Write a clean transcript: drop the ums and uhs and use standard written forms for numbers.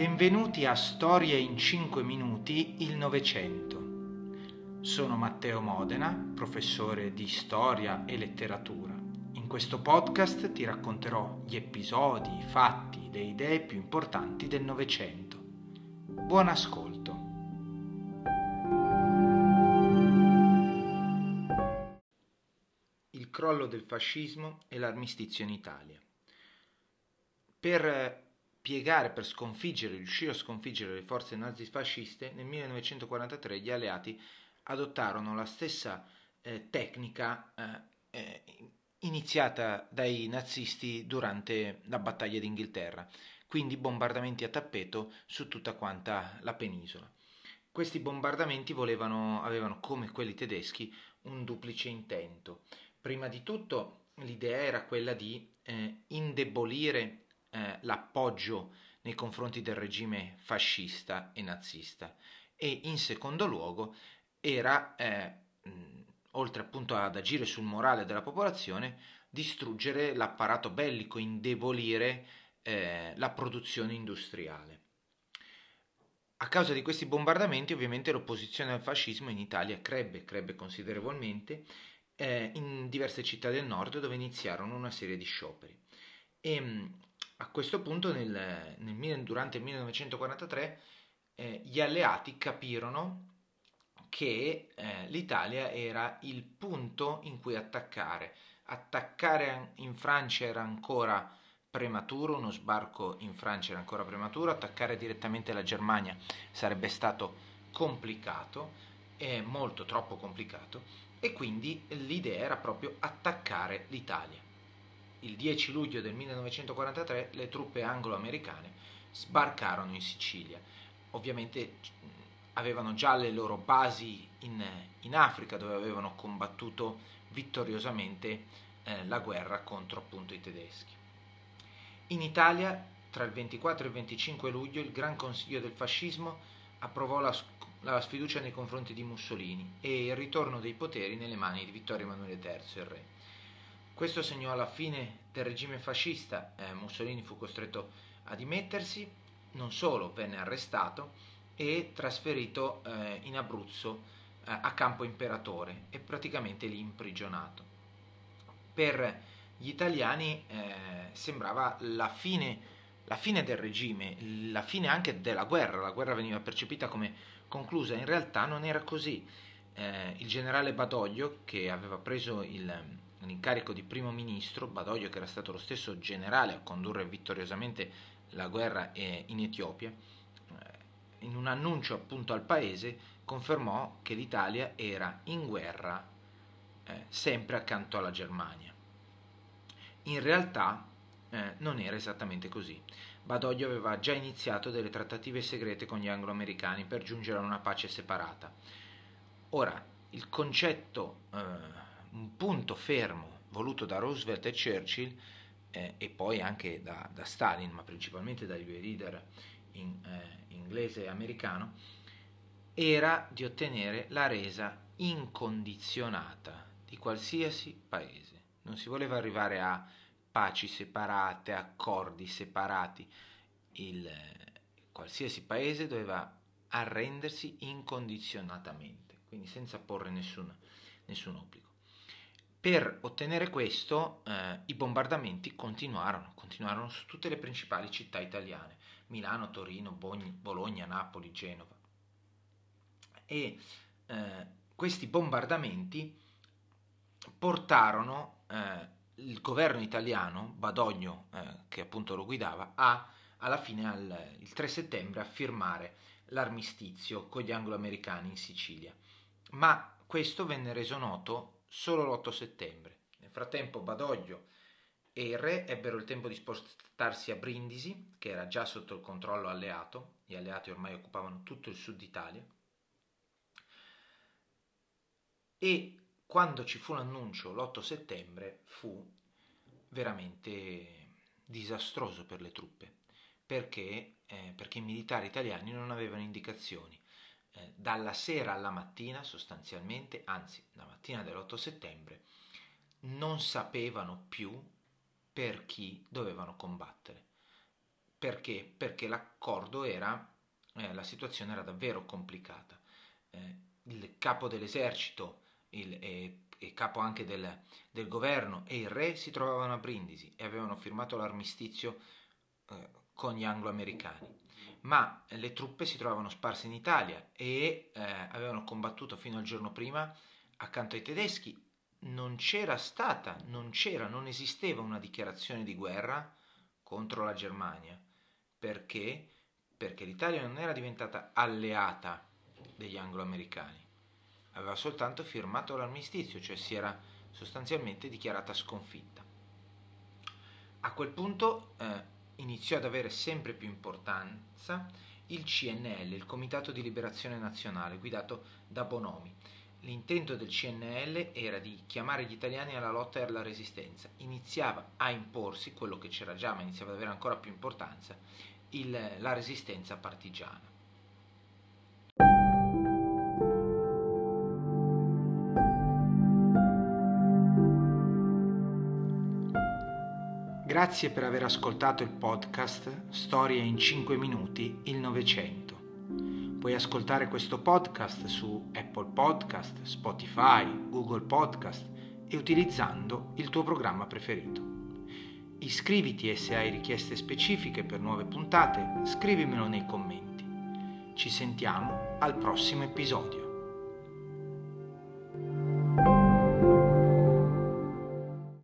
Benvenuti a Storie in 5 minuti, il Novecento. Sono Matteo Modena, professore di storia e letteratura. In questo podcast ti racconterò gli episodi, i fatti, le idee più importanti del Novecento. Buon ascolto. Il crollo del fascismo e l'armistizio in Italia. Per riuscire a sconfiggere le forze nazifasciste, nel 1943 gli alleati adottarono la stessa tecnica iniziata dai nazisti durante la battaglia d'Inghilterra, quindi bombardamenti a tappeto su tutta quanta la penisola. Questi bombardamenti avevano, come quelli tedeschi, un duplice intento. Prima di tutto l'idea era quella di indebolire l'appoggio nei confronti del regime fascista e nazista, e in secondo luogo era, oltre appunto ad agire sul morale della popolazione, distruggere l'apparato bellico, indebolire la produzione industriale. A causa di questi bombardamenti, ovviamente, l'opposizione al fascismo in Italia crebbe considerevolmente in diverse città del nord, dove iniziarono una serie di scioperi. E a questo punto, durante il 1943, gli alleati capirono che l'Italia era il punto in cui attaccare. Attaccare in Francia era ancora prematuro, uno sbarco in Francia era ancora prematuro, attaccare direttamente la Germania sarebbe stato complicato, molto troppo complicato, e quindi l'idea era proprio attaccare l'Italia. Il 10 luglio del 1943 le truppe anglo-americane sbarcarono in Sicilia. Ovviamente avevano già le loro basi in Africa, dove avevano combattuto vittoriosamente la guerra contro appunto i tedeschi. In Italia, tra il 24 e il 25 luglio, il Gran Consiglio del Fascismo approvò la sfiducia nei confronti di Mussolini e il ritorno dei poteri nelle mani di Vittorio Emanuele III, il re. Questo segnò la fine del regime fascista. Mussolini fu costretto a dimettersi, non solo venne arrestato e trasferito in Abruzzo a Campo Imperatore e praticamente lì imprigionato. Per gli italiani sembrava la fine del regime, la fine anche della guerra. La guerra veniva percepita come conclusa, in realtà non era così. Il generale Badoglio, che aveva preso l'incarico di primo ministro, Badoglio che era stato lo stesso generale a condurre vittoriosamente la guerra in Etiopia, in un annuncio appunto al paese confermò che l'Italia era in guerra sempre accanto alla Germania. In realtà non era esattamente così. Badoglio aveva già iniziato delle trattative segrete con gli anglo-americani per giungere a una pace separata. Ora, il concetto, un punto fermo voluto da Roosevelt e Churchill, e poi anche da Stalin, ma principalmente dai due leader inglese e americano, era di ottenere la resa incondizionata di qualsiasi paese. Non si voleva arrivare a paci separate, accordi separati. Qualsiasi paese doveva arrendersi incondizionatamente, quindi senza porre nessun obbligo. Per ottenere questo, i bombardamenti continuarono su tutte le principali città italiane: Milano, Torino, Bologna, Napoli, Genova. E questi bombardamenti portarono il governo italiano, Badoglio che appunto lo guidava, alla fine, il 3 settembre, a firmare l'armistizio con gli anglo-americani in Sicilia. Ma questo venne reso noto solo l'8 settembre. Nel frattempo Badoglio e il re ebbero il tempo di spostarsi a Brindisi, che era già sotto il controllo alleato. Gli alleati ormai occupavano tutto il sud Italia. E quando ci fu l'annuncio l'8 settembre fu veramente disastroso per le truppe, perché i militari italiani non avevano indicazioni. Dalla sera alla mattina, sostanzialmente, anzi la mattina dell'8 settembre, non sapevano più per chi dovevano combattere. Perché? Perché l'accordo la situazione era davvero complicata. Il capo dell'esercito e capo anche del governo e il re si trovavano a Brindisi e avevano firmato l'armistizio con gli anglo-americani, ma le truppe si trovavano sparse in Italia e avevano combattuto fino al giorno prima accanto ai tedeschi. Non esisteva una dichiarazione di guerra contro la Germania. Perché? Perché l'Italia non era diventata alleata degli anglo-americani, aveva soltanto firmato l'armistizio, cioè si era sostanzialmente dichiarata sconfitta. A quel punto iniziò ad avere sempre più importanza il CNL, il Comitato di Liberazione Nazionale, guidato da Bonomi. L'intento del CNL era di chiamare gli italiani alla lotta e alla resistenza. Iniziava a imporsi, quello che c'era già, ma iniziava ad avere ancora più importanza, la resistenza partigiana. Grazie per aver ascoltato il podcast Storie in 5 minuti, il Novecento. Puoi ascoltare questo podcast su Apple Podcast, Spotify, Google Podcast e utilizzando il tuo programma preferito. Iscriviti e se hai richieste specifiche per nuove puntate, scrivimelo nei commenti. Ci sentiamo al prossimo episodio.